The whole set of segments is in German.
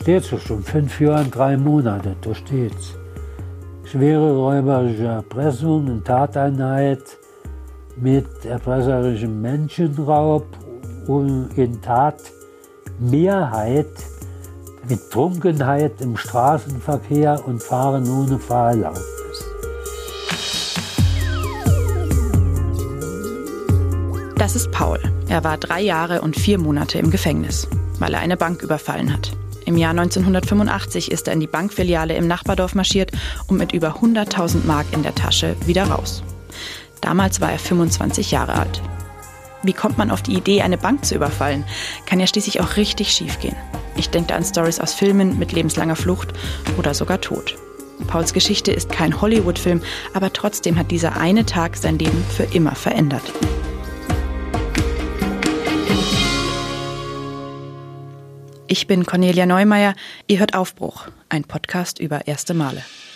steht so schon, 5 Jahre und 3 Monate, da steht's. Schwere räuberische Erpressung und Tateinheit mit erpresserischem Menschenraub und in Tatmehrheit mit Trunkenheit im Straßenverkehr und Fahren ohne Fahrerlaubnis. Das ist Paul. Er war 3 Jahre und 4 Monate im Gefängnis, weil er eine Bank überfallen hat. Im Jahr 1985 ist er in die Bankfiliale im Nachbardorf marschiert und mit über 100.000 Mark in der Tasche wieder raus. Damals war er 25 Jahre alt. Wie kommt man auf die Idee, eine Bank zu überfallen? Kann ja schließlich auch richtig schief gehen. Ich denke da an Storys aus Filmen mit lebenslanger Flucht oder sogar Tod. Pauls Geschichte ist kein Hollywood-Film, aber trotzdem hat dieser eine Tag sein Leben für immer verändert. Ich bin Cornelia Neumeier, ihr hört Aufbruch, ein Podcast über erste Male.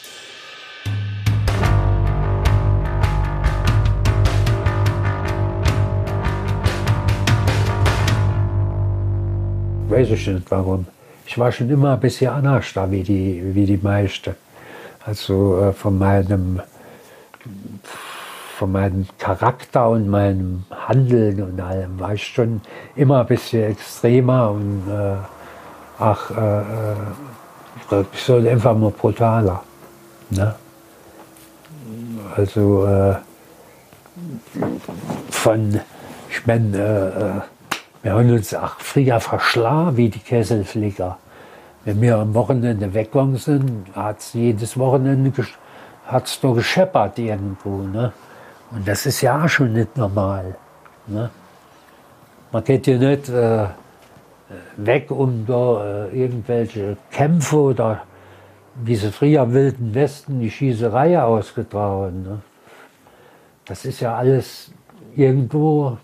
Weiß ich nicht warum. Ich war schon immer ein bisschen anders da wie die meisten. Also von meinem Charakter und meinem Handeln und allem war ich schon immer ein bisschen extremer und ich soll einfach mal brutaler. Ne? Also wir haben uns auch früher verschlagen wie die Kesselflicker. Wenn wir am Wochenende weggegangen sind, hat es jedes Wochenende da gescheppert irgendwo. Ne? Und das ist ja auch schon nicht normal. Ne? Man geht ja nicht weg, um da irgendwelche Kämpfe oder wie sie früher im Wilden Westen die Schießerei ausgetragen. Ne? Das ist ja alles irgendwo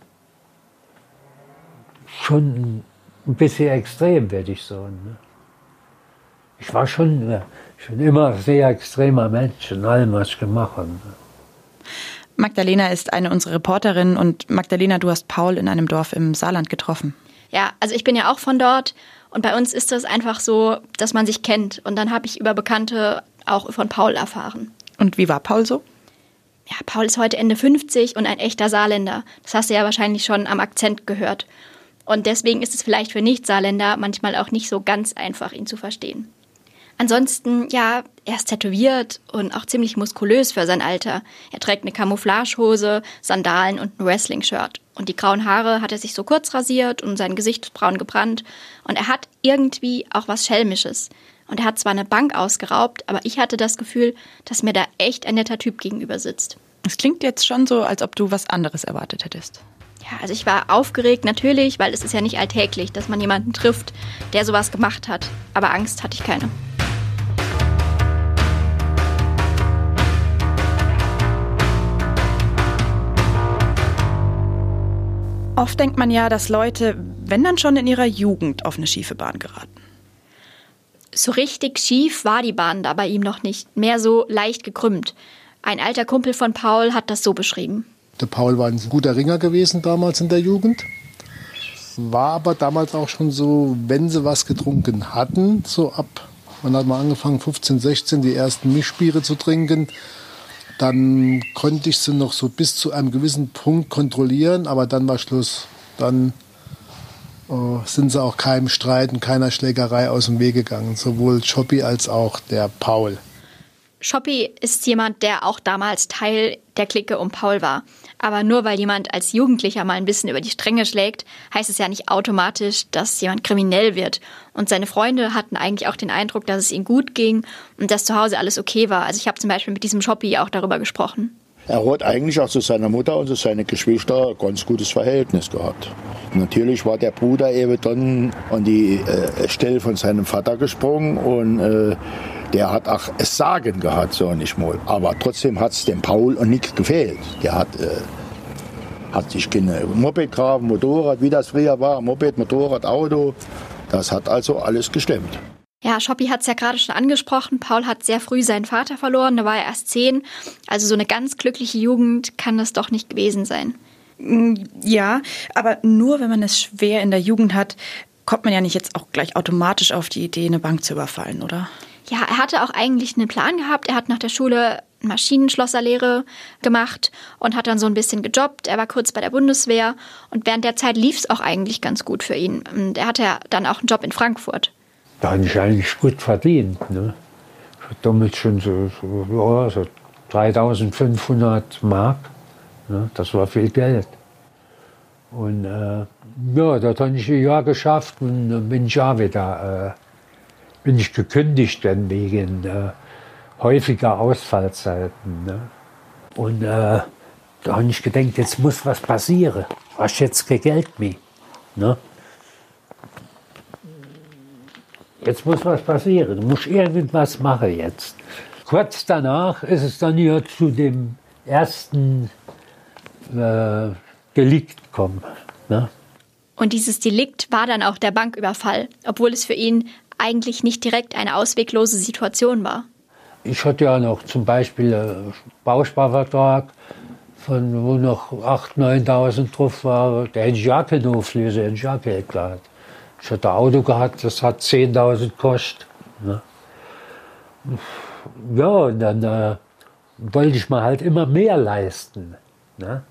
schon ein bisschen extrem, würde ich sagen. Ne? Ich war schon immer ein sehr extremer Mensch in allem, was ich gemacht habe. Magdalena ist eine unserer Reporterinnen und Magdalena, du hast Paul in einem Dorf im Saarland getroffen. Ja, also ich bin ja auch von dort und bei uns ist es einfach so, dass man sich kennt. Und dann habe ich über Bekannte auch von Paul erfahren. Und wie war Paul so? Ja, Paul ist heute Ende 50 und ein echter Saarländer. Das hast du ja wahrscheinlich schon am Akzent gehört. Und deswegen ist es vielleicht für Nicht-Saarländer manchmal auch nicht so ganz einfach, ihn zu verstehen. Ansonsten, ja, er ist tätowiert und auch ziemlich muskulös für sein Alter. Er trägt eine Camouflagehose, Sandalen und ein Wrestling-Shirt. Und die grauen Haare hat er sich so kurz rasiert und sein Gesicht ist braun gebrannt. Und er hat irgendwie auch was Schelmisches. Und er hat zwar eine Bank ausgeraubt, aber ich hatte das Gefühl, dass mir da echt ein netter Typ gegenüber sitzt. Es klingt jetzt schon so, als ob du was anderes erwartet hättest. Ja, also ich war aufgeregt natürlich, weil es ist ja nicht alltäglich, dass man jemanden trifft, der sowas gemacht hat. Aber Angst hatte ich keine. Oft denkt man ja, dass Leute, wenn dann schon in ihrer Jugend, auf eine schiefe Bahn geraten. So richtig schief war die Bahn da bei ihm noch nicht, mehr so leicht gekrümmt. Ein alter Kumpel von Paul hat das so beschrieben. Der Paul war ein guter Ringer gewesen damals in der Jugend. War aber damals auch schon so, wenn sie was getrunken hatten, so ab, man hat mal angefangen 15, 16 die ersten Mischbiere zu trinken. Dann konnte ich sie noch so bis zu einem gewissen Punkt kontrollieren, aber dann war Schluss. Dann sind sie auch keinem Streit und keiner Schlägerei aus dem Weg gegangen, sowohl Schoppi als auch der Paul. Schoppi ist jemand, der auch damals Teil der Clique um Paul war. Aber nur weil jemand als Jugendlicher mal ein bisschen über die Stränge schlägt, heißt es ja nicht automatisch, dass jemand kriminell wird. Und seine Freunde hatten eigentlich auch den Eindruck, dass es ihm gut ging und dass zu Hause alles okay war. Also ich habe zum Beispiel mit diesem Schoppi auch darüber gesprochen. Er hat eigentlich auch zu seiner Mutter und zu seinen Geschwistern ein ganz gutes Verhältnis gehabt. Natürlich war der Bruder eben dann an die Stelle von seinem Vater gesprungen und der hat auch es Sagen gehabt, so nicht mal. Aber trotzdem hat es dem Paul und nichts gefehlt. Der hat sich keine Moped gehabt, Motorrad, wie das früher war, Moped, Motorrad, Auto. Das hat also alles gestimmt. Ja, Schoppi hat es ja gerade schon angesprochen. Paul hat sehr früh seinen Vater verloren, da war er erst 10. Also so eine ganz glückliche Jugend kann das doch nicht gewesen sein. Ja, aber nur wenn man es schwer in der Jugend hat. kommt man ja nicht jetzt auch gleich automatisch auf die Idee, eine Bank zu überfallen, oder? Ja, er hatte auch eigentlich einen Plan gehabt. Er hat nach der Schule Maschinenschlosserlehre gemacht und hat dann so ein bisschen gejobbt. Er war kurz bei der Bundeswehr und während der Zeit lief es auch eigentlich ganz gut für ihn. Und er hatte ja dann auch einen Job in Frankfurt. Da habe ich eigentlich gut verdient. Ne? Ich hatte damals schon so 3.500 Mark. Ne? Das war viel Geld. Und das habe ich ein Jahr geschafft und dann bin ich ja wieder gekündigt wegen häufiger Ausfallzeiten. Ne? Und da habe ich gedacht, jetzt muss was passieren. Du hast jetzt kein Geld mehr. Ne? Jetzt muss was passieren. Du musst irgendwas machen jetzt. Kurz danach ist es dann ja zu dem ersten Delikt gekommen. Ne? Und dieses Delikt war dann auch der Banküberfall, obwohl es für ihn eigentlich nicht direkt eine ausweglose Situation war. Ich hatte ja noch zum Beispiel einen Bausparvertrag, wo noch 8.000, 9.000 drauf war. Der hätte ich ja keine Auflöse, hätte ich ja Geld gehabt. Ich hatte ein Auto gehabt, das hat 10.000 gekostet. Ne? Ja, und dann wollte ich mir halt immer mehr leisten. Ne?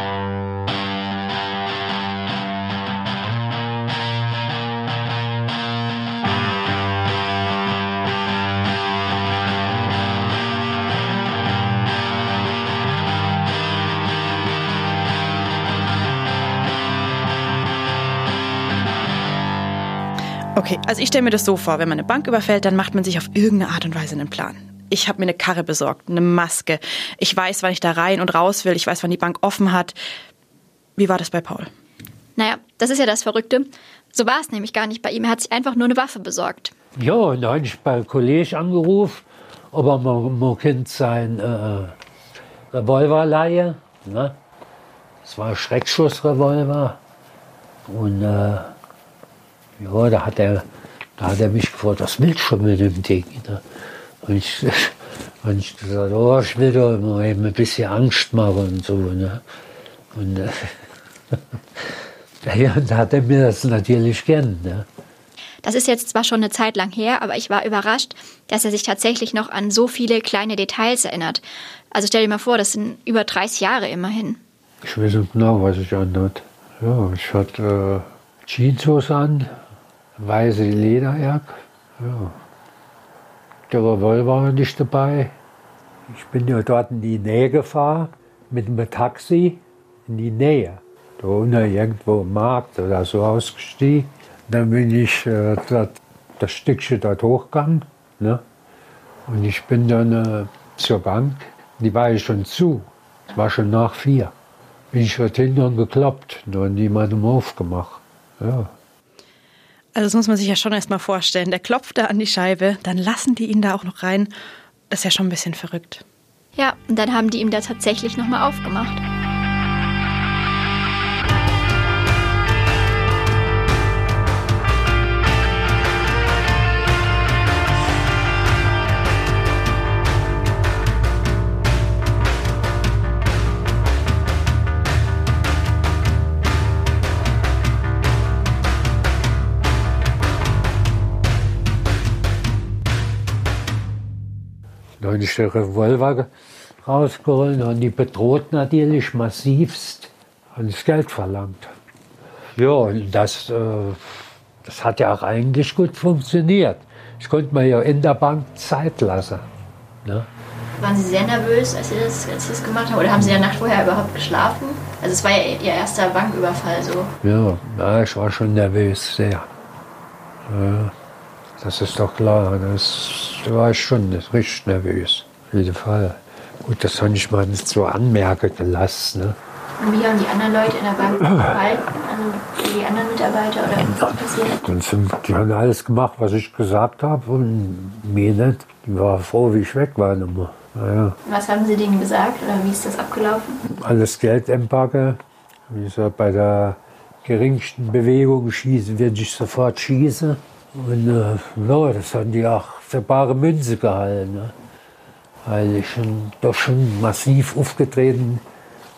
Okay, also ich stelle mir das so vor, wenn man eine Bank überfällt, dann macht man sich auf irgendeine Art und Weise einen Plan. Ich habe mir eine Karre besorgt, eine Maske. Ich weiß, wann ich da rein und raus will. Ich weiß, wann die Bank offen hat. Wie war das bei Paul? Naja, das ist ja das Verrückte. So war es nämlich gar nicht bei ihm. Er hat sich einfach nur eine Waffe besorgt. Ja, und da habe ich bei Kollege angerufen, ob er mal Kind sein Revolver leihe. Ne? Das war ein Schreckschussrevolver. Und ja, da hat er mich gefragt, was willst du schon mit dem Ding? Ne? Und ich gesagt, oh, ich will doch mal eben ein bisschen Angst machen und so. Ne? Und ja, da hat er mir das natürlich gern. Ne? Das ist jetzt zwar schon eine Zeit lang her, aber ich war überrascht, dass er sich tatsächlich noch an so viele kleine Details erinnert. Also stell dir mal vor, das sind über 30 Jahre immerhin. Ich weiß nicht genau, was ich anhatte. Ja, ich hatte Jeanshose an, weiße Lederjacke. Ja. Der Revolver war nicht dabei. Ich bin ja dort in die Nähe gefahren, mit einem Taxi in die Nähe. Da unten irgendwo im Markt oder so ausgestiegen. Dann bin ich das Stückchen dort hochgegangen. Ne? Und ich bin dann zur Bank. Die war ja schon zu. Es war schon nach 4. Bin ich dort hinten und geklopft. Da hat niemandem aufgemacht. Ja. Also das muss man sich ja schon erst mal vorstellen. Der klopft da an die Scheibe, dann lassen die ihn da auch noch rein. Das ist ja schon ein bisschen verrückt. Ja, und dann haben die ihm da tatsächlich noch mal aufgemacht. Da habe ich den Revolver rausgeholt und die bedroht natürlich massivst und das Geld verlangt. Ja, und das hat ja auch eigentlich gut funktioniert. Ich konnte mir ja in der Bank Zeit lassen. Ne? Waren Sie sehr nervös, als Sie das gemacht haben? Oder haben Sie ja Nacht vorher überhaupt geschlafen? Also es war ja Ihr erster Banküberfall so. Ja, ich war schon nervös, sehr. Ja. Das ist doch klar, da war ich schon richtig nervös, auf jeden Fall. Gut, das habe ich mal nicht so anmerken gelassen. Ne? Und wie haben die anderen Leute in der Bank verhalten? Also die anderen Mitarbeiter oder was passiert? Die haben alles gemacht, was ich gesagt habe und mir nicht. Ich war froh, wie ich weg war. Naja. Was haben Sie denen gesagt oder wie ist das abgelaufen? Alles Geld empacke. Wie gesagt, bei der geringsten Bewegung schießen, werde ich sofort schießen. Und ja, das haben die auch für bare Münze gehalten. Ne? Weil ich doch schon massiv aufgetreten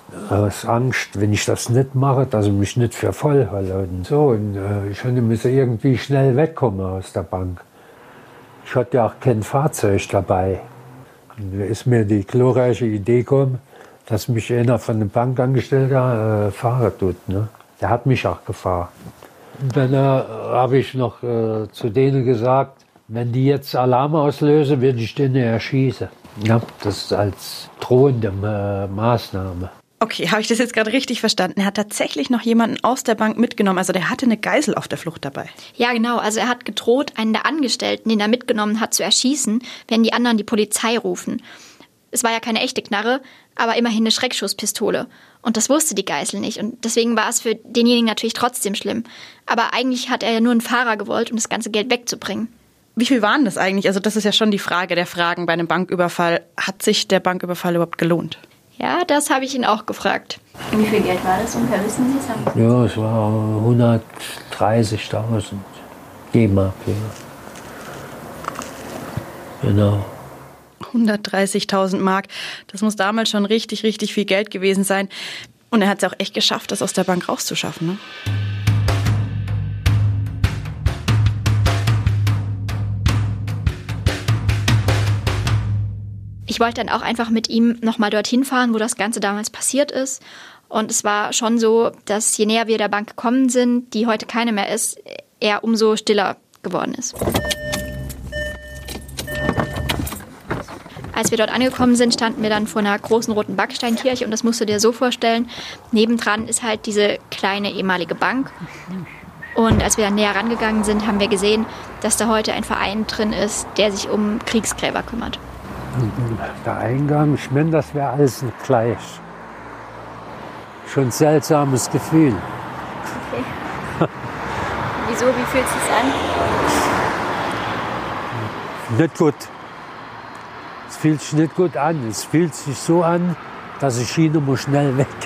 aus Angst, wenn ich das nicht mache, dass ich mich nicht für voll halte und so. Und ich musste irgendwie schnell wegkommen aus der Bank. Ich hatte ja auch kein Fahrzeug dabei. Und da ist mir die glorreiche Idee gekommen, dass mich einer von dem Bankangestellten fahren tut. Ne? Der hat mich auch gefahren. Und dann habe ich noch zu denen gesagt, wenn die jetzt Alarm auslösen, würde ich den erschießen. Ja, das ist als drohende Maßnahme. Okay, habe ich das jetzt gerade richtig verstanden? Er hat tatsächlich noch jemanden aus der Bank mitgenommen. Also der hatte eine Geisel auf der Flucht dabei. Ja, genau. Also er hat gedroht, einen der Angestellten, den er mitgenommen hat, zu erschießen, wenn die anderen die Polizei rufen. Es war ja keine echte Knarre, aber immerhin eine Schreckschusspistole. Und das wusste die Geisel nicht. Und deswegen war es für denjenigen natürlich trotzdem schlimm. Aber eigentlich hat er ja nur einen Fahrer gewollt, um das ganze Geld wegzubringen. Wie viel waren das eigentlich? Also das ist ja schon die Frage der Fragen bei einem Banküberfall. Hat sich der Banküberfall überhaupt gelohnt? Ja, das habe ich ihn auch gefragt. Und wie viel Geld war das ungefähr? Wissen Sie es? Ja, es war 130.000 D-Mark. Ja. Genau. 130.000 Mark. Das muss damals schon richtig, richtig viel Geld gewesen sein. Und er hat es auch echt geschafft, das aus der Bank rauszuschaffen, ne? Ich wollte dann auch einfach mit ihm nochmal dorthin fahren, wo das Ganze damals passiert ist. Und es war schon so, dass je näher wir der Bank gekommen sind, die heute keine mehr ist, er umso stiller geworden ist. Als wir dort angekommen sind, standen wir dann vor einer großen roten Backsteinkirche und das musst du dir so vorstellen. Nebendran ist halt diese kleine ehemalige Bank. Und als wir dann näher rangegangen sind, haben wir gesehen, dass da heute ein Verein drin ist, der sich um Kriegsgräber kümmert. Der Eingang, ich meine, das wäre alles gleich. Schon ein seltsames Gefühl. Okay. Wieso? Wie fühlt es sich an? Nicht gut. Es fühlt sich nicht gut an. Es fühlt sich so an, dass ich hier muss schnell weg.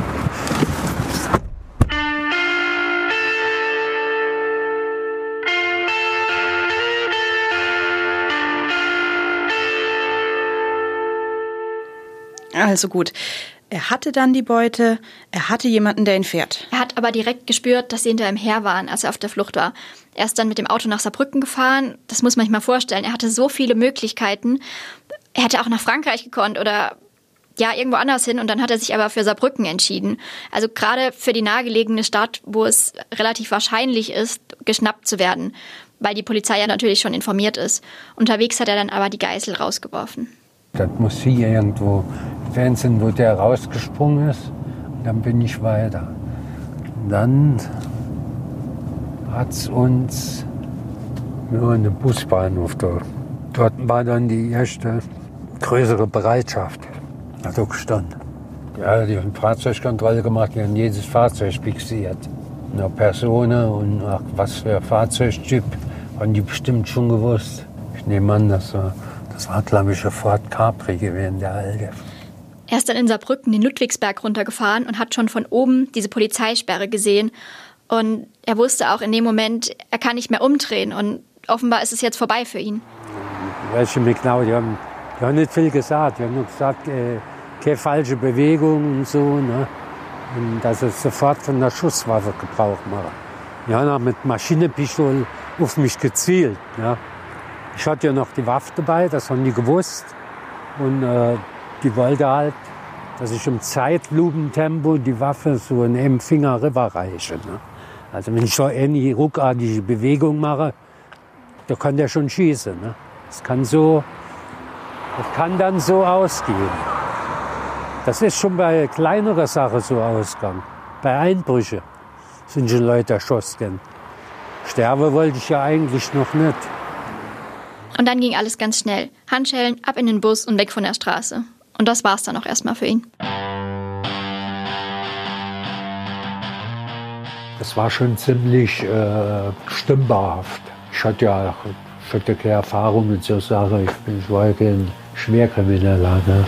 Also gut, er hatte dann die Beute, er hatte jemanden, der ihn fährt. Er hat aber direkt gespürt, dass sie hinter ihm her waren, als er auf der Flucht war. Er ist dann mit dem Auto nach Saarbrücken gefahren. Das muss man sich mal vorstellen. Er hatte so viele Möglichkeiten. Er hätte auch nach Frankreich gekonnt oder ja, irgendwo anders hin. Und dann hat er sich aber für Saarbrücken entschieden. Also gerade für die nahegelegene Stadt, wo es relativ wahrscheinlich ist, geschnappt zu werden. Weil die Polizei ja natürlich schon informiert ist. Unterwegs hat er dann aber die Geisel rausgeworfen. Das muss hier irgendwo Fernsehen, wo der rausgesprungen ist. Und dann bin ich weiter. Und dann hat es uns nur einen Busbahnhof da. Dort war dann die erste größere Bereitschaft. Hat auch gestanden. Ja, die haben Fahrzeugkontrolle gemacht, die haben jedes Fahrzeug fixiert. Eine Person und ach, was für ein Fahrzeugtyp, haben die bestimmt schon gewusst. Ich nehme an, das war, glaube ich, ein Ford Capri gewesen, der alte. Er ist dann in Saarbrücken den Ludwigsberg runtergefahren und hat schon von oben diese Polizeisperre gesehen. Und er wusste auch in dem Moment, er kann nicht mehr umdrehen. Und offenbar ist es jetzt vorbei für ihn. Ich weiß schon nicht genau, die haben nicht viel gesagt. Die haben nur gesagt, keine falsche Bewegung und so. Ne? Und dass sie sofort von der Schusswaffe Gebrauch machen. Die haben auch mit Maschinenpistole auf mich gezielt. Ja? Ich hatte ja noch die Waffe dabei, das haben die gewusst. Und die wollte halt, dass ich im Zeitlupentempo die Waffe so in einem Finger rüberreiche. Ne? Also wenn ich so eine ruckartige Bewegung mache, da kann der schon schießen. Ne? Das kann dann so ausgehen. Das ist schon bei kleineren Sachen so ausgegangen. Bei Einbrüchen sind schon Leute erschossen. Sterben wollte ich ja eigentlich noch nicht. Und dann ging alles ganz schnell. Handschellen, ab in den Bus und weg von der Straße. Und das war's dann auch erstmal für ihn. Das war schon ziemlich stümperhaft. Ich hatte ja keine Erfahrung mit so Sachen. Ich war ja kein Schwerkrimineller. Ne?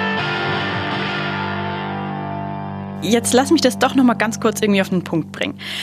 Jetzt lass mich das doch noch mal ganz kurz irgendwie auf den Punkt bringen.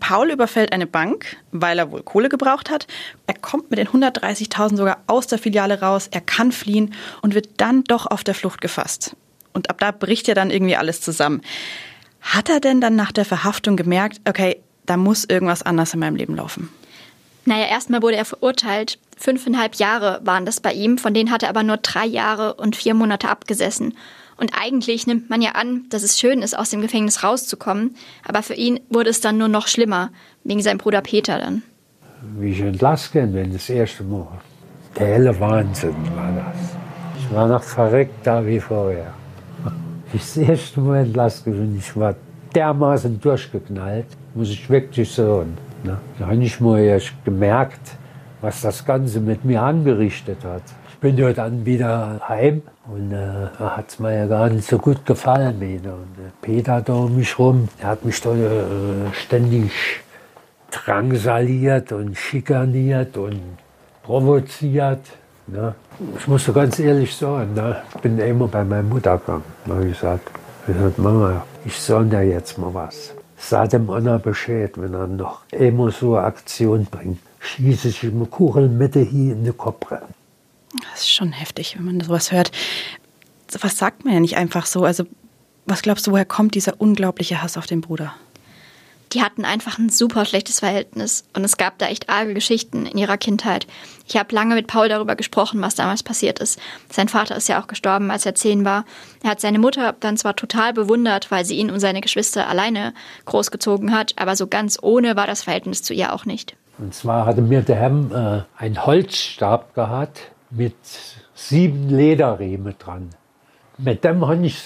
Paul überfällt eine Bank, weil er wohl Kohle gebraucht hat. Er kommt mit den 130.000 sogar aus der Filiale raus, er kann fliehen und wird dann doch auf der Flucht gefasst. Und ab da bricht ja dann irgendwie alles zusammen. Hat er denn dann nach der Verhaftung gemerkt, okay, da muss irgendwas anders in meinem Leben laufen? Naja, erstmal wurde er verurteilt. 5,5 Jahre waren das bei ihm, von denen hat er aber nur 3 Jahre und 4 Monate abgesessen. Und eigentlich nimmt man ja an, dass es schön ist, aus dem Gefängnis rauszukommen. Aber für ihn wurde es dann nur noch schlimmer, wegen seinem Bruder Peter dann. Wie ich entlassen bin, das erste Mal. Der helle Wahnsinn war das. Ich war noch verreckt da wie vorher. Das erste Mal entlassen bin, ich war dermaßen durchgeknallt, muss ich wirklich sagen. Ne? Da habe ich mal erst gemerkt, was das Ganze mit mir angerichtet hat. Ich bin ja dann wieder heim und da hat es mir ja gar nicht so gut gefallen wieder. Und Peter da um mich rum, der hat mich da ständig drangsaliert und schikaniert und provoziert. Ne? Ich muss so ganz ehrlich sagen, ne? Ich bin immer bei meiner Mutter gegangen. Da habe ich gesagt, Mama, ich soll da jetzt mal was. Sag dem Anna Bescheid, wenn er noch immer so eine Aktion bringt. Schieße ich ihm Kuchel Mitte hier in die Kopf rein. Das ist schon heftig, wenn man sowas hört. Was sagt man ja nicht einfach so? Also, was glaubst du, woher kommt dieser unglaubliche Hass auf den Bruder? Die hatten einfach ein super schlechtes Verhältnis. Und es gab da echt arge Geschichten in ihrer Kindheit. Ich habe lange mit Paul darüber gesprochen, was damals passiert ist. Sein Vater ist ja auch gestorben, als er 10 war. Er hat seine Mutter dann zwar total bewundert, weil sie ihn und seine Geschwister alleine großgezogen hat, aber so ganz ohne war das Verhältnis zu ihr auch nicht. Und zwar hatte mir der Herr einen Holzstab gehabt mit 7 Lederriemen dran. Mit dem habe ich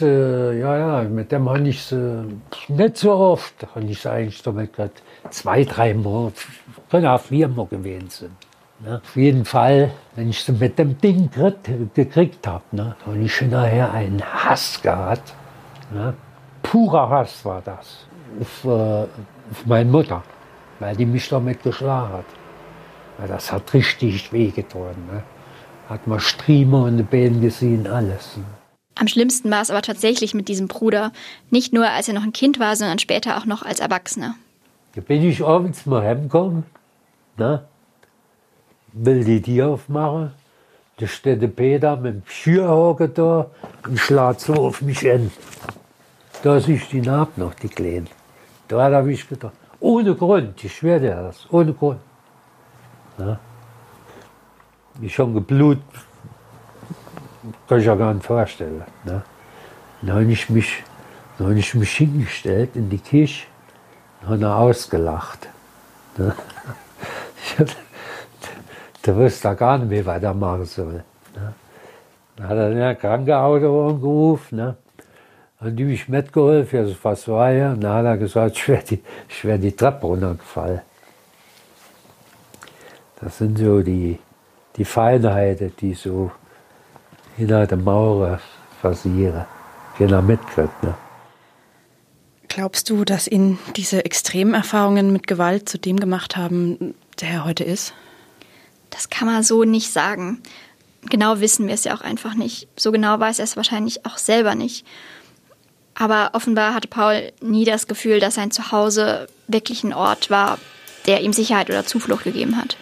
sie, nicht so oft, habe ich sie eigentlich damit gehabt. 2, 3 Mal, können auch 4 Mal gewesen sein. Ne? Auf jeden Fall, wenn ich sie mit dem Ding gekriegt habe, ne, habe ich schon nachher einen Hass gehabt. Ne? Purer Hass war das auf meine Mutter, weil die mich damit geschlagen hat. Weil das hat richtig wehgetan. Ne? Hat man Striemen und die Beine gesehen, alles. Ne? Am schlimmsten war es aber tatsächlich mit diesem Bruder. Nicht nur, als er noch ein Kind war, sondern später auch noch als Erwachsener. Da bin ich abends mal heimgekommen, ne? Will die Tür aufmachen. Da steht der Peter mit dem Schürhaken da und schlägt so auf mich hin. Da sehe ich die Narbe noch, die Kleinen. Da habe ich gedacht, ohne Grund, ich schwöre dir das, ohne Grund. Ne? Ich schon geblutet. Kann ich ja gar nicht vorstellen. Ne? Dann habe ich mich hingestellt in die Küche und habe er ausgelacht. Ne? Der wusste da gar nicht mehr, was er machen soll. Ne? Dann hat er den Krankenauto angerufen. Ne? Haben die mich mitgeholfen, also was war ja. Dann hat er gesagt, ich wär die Treppe runtergefallen. Das sind so die Feinheiten, die so hinter der Mauer passieren. Keiner mitkriegt. Ne? Glaubst du, dass ihn diese extremen Erfahrungen mit Gewalt zu dem gemacht haben, der er heute ist? Das kann man so nicht sagen. Genau wissen wir es ja auch einfach nicht. So genau weiß er es wahrscheinlich auch selber nicht. Aber offenbar hatte Paul nie das Gefühl, dass sein Zuhause wirklich ein Ort war, der ihm Sicherheit oder Zuflucht gegeben hat.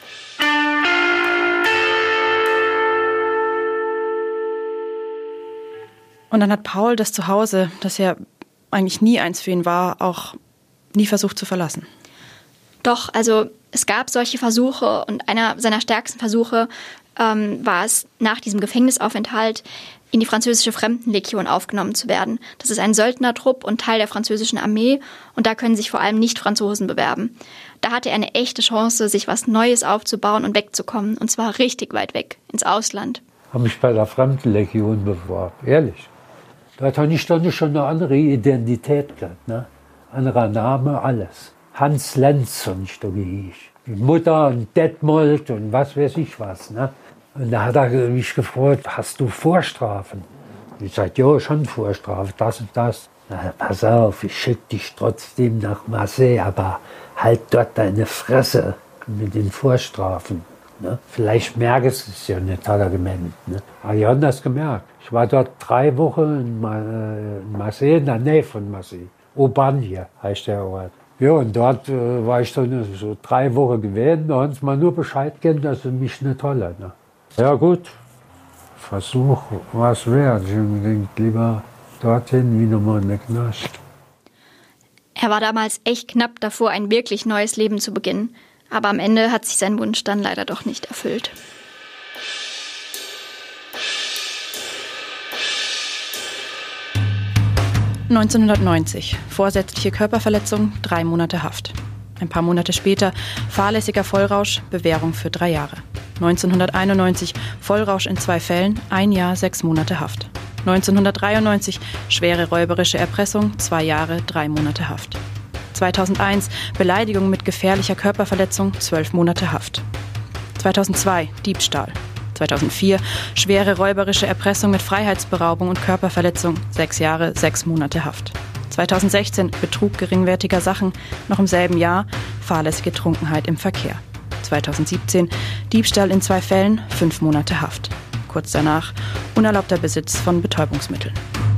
Und dann hat Paul das Zuhause, das ja eigentlich nie eins für ihn war, auch nie versucht zu verlassen. Doch, also es gab solche Versuche und einer seiner stärksten Versuche war es, nach diesem Gefängnisaufenthalt in die französische Fremdenlegion aufgenommen zu werden. Das ist ein Söldnertrupp und Teil der französischen Armee und da können sich vor allem Nicht-Franzosen bewerben. Da hatte er eine echte Chance, sich was Neues aufzubauen und wegzukommen, und zwar richtig weit weg, ins Ausland. Habe mich bei der Fremdenlegion beworben, ehrlich. Da hatte ich doch schon eine andere Identität gehabt, ne? Anderer Name, alles. Hans Lenz und ich da hieß. Die Mutter und Detmold und was weiß ich was. Ne? Und da hat er mich gefragt, hast du Vorstrafen? Ich sagte, ja, schon Vorstrafen, das und das. Na, pass auf, ich schicke dich trotzdem nach Marseille, aber halt dort deine Fresse mit den Vorstrafen. Ne? Vielleicht merkst du es ja nicht, hat er gemeint. Ne? Aber die haben das gemerkt. Ich war dort 3 Wochen in Marseille, in der Nähe von Marseille. Aubagne heißt der Ort. Ja, und dort war ich dann so 3 Wochen gewesen. Da haben sie mal nur Bescheid gegeben, dass sie mich nicht holen. Ne? Ja gut, Versuch was wert. Ich denke lieber dorthin wie nochmal in der Knast. Er war damals echt knapp davor, ein wirklich neues Leben zu beginnen. Aber am Ende hat sich sein Wunsch dann leider doch nicht erfüllt. (1990) Vorsätzliche Körperverletzung, 3 Monate Haft. Ein paar Monate später fahrlässiger Vollrausch, Bewährung für 3 Jahre. 1991 Vollrausch in 2 Fällen, 1 Jahr, 6 Monate Haft. 1993 schwere räuberische Erpressung, 2 Jahre, 3 Monate Haft. 2001 Beleidigung mit gefährlicher Körperverletzung, 12 Monate Haft. 2002 Diebstahl. 2004 schwere räuberische Erpressung mit Freiheitsberaubung und Körperverletzung, 6 Jahre, 6 Monate Haft. 2016 Betrug geringwertiger Sachen, noch im selben Jahr fahrlässige Trunkenheit im Verkehr. 2017 Diebstahl in 2 Fällen, 5 Monate Haft. Kurz danach unerlaubter Besitz von Betäubungsmitteln.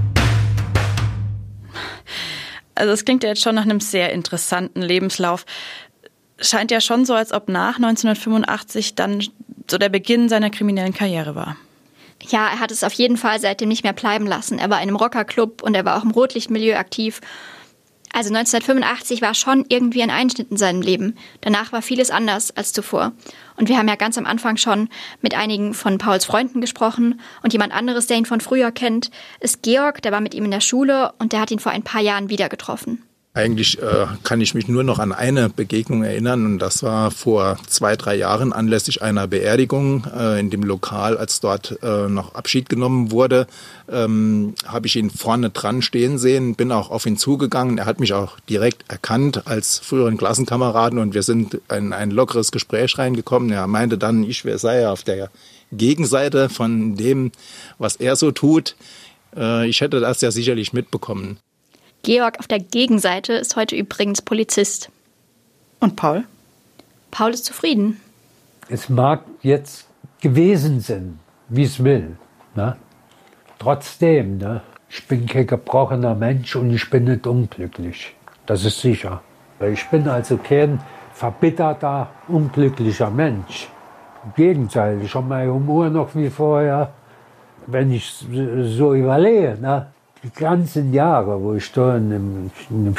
Also es klingt ja jetzt schon nach einem sehr interessanten Lebenslauf. Scheint ja schon so, als ob nach 1985 dann so der Beginn seiner kriminellen Karriere war. Ja, er hat es auf jeden Fall seitdem nicht mehr bleiben lassen. Er war in einem Rockerclub und er war auch im Rotlichtmilieu aktiv. Also 1985 war schon irgendwie ein Einschnitt in seinem Leben. Danach war vieles anders als zuvor. Und wir haben ja ganz am Anfang schon mit einigen von Pauls Freunden gesprochen. Und jemand anderes, der ihn von früher kennt, ist Georg. Der war mit ihm in der Schule und der hat ihn vor ein paar Jahren wieder getroffen. Eigentlich kann ich mich nur noch an eine Begegnung erinnern und das war vor 2-3 Jahren anlässlich einer Beerdigung in dem Lokal, als dort noch Abschied genommen wurde, habe ich ihn vorne dran stehen sehen, bin auch auf ihn zugegangen. Er hat mich auch direkt erkannt als früheren Klassenkameraden und wir sind in ein lockeres Gespräch reingekommen. Er meinte dann, ich sei auf der Gegenseite von dem, was er so tut. Ich hätte das ja sicherlich mitbekommen. Georg auf der Gegenseite ist heute übrigens Polizist. Und Paul? Paul ist zufrieden. Es mag jetzt gewesen sein, wie es will. Ne? Trotzdem, ne? Ich bin kein gebrochener Mensch und ich bin nicht unglücklich. Das ist sicher. Ich bin also kein verbitterter, unglücklicher Mensch. Im Gegenteil, ich habe meinen Humor noch wie vorher, wenn ich so überlege. Ne? Die ganzen Jahre, wo ich da in dem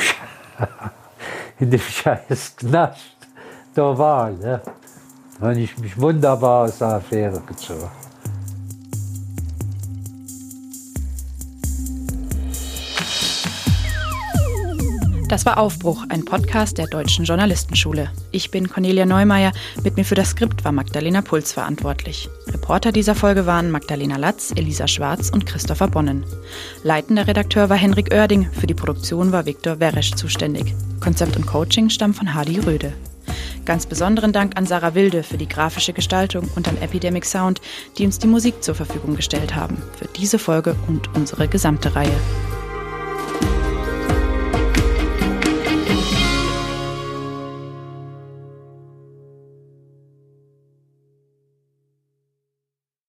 scheiß Knast da war, ne, habe ich mich wunderbar aus der Affäre gezogen. Das war Aufbruch, ein Podcast der Deutschen Journalistenschule. Ich bin Cornelia Neumeier, mit mir für das Skript war Magdalena Puls verantwortlich. Reporter dieser Folge waren Magdalena Latz, Elisa Schwarz und Christopher Bonnen. Leitender Redakteur war Henrik Oerding, für die Produktion war Viktor Weresch zuständig. Konzept und Coaching stammt von Hardy Röde. Ganz besonderen Dank an Sarah Wilde für die grafische Gestaltung und an Epidemic Sound, die uns die Musik zur Verfügung gestellt haben, für diese Folge und unsere gesamte Reihe.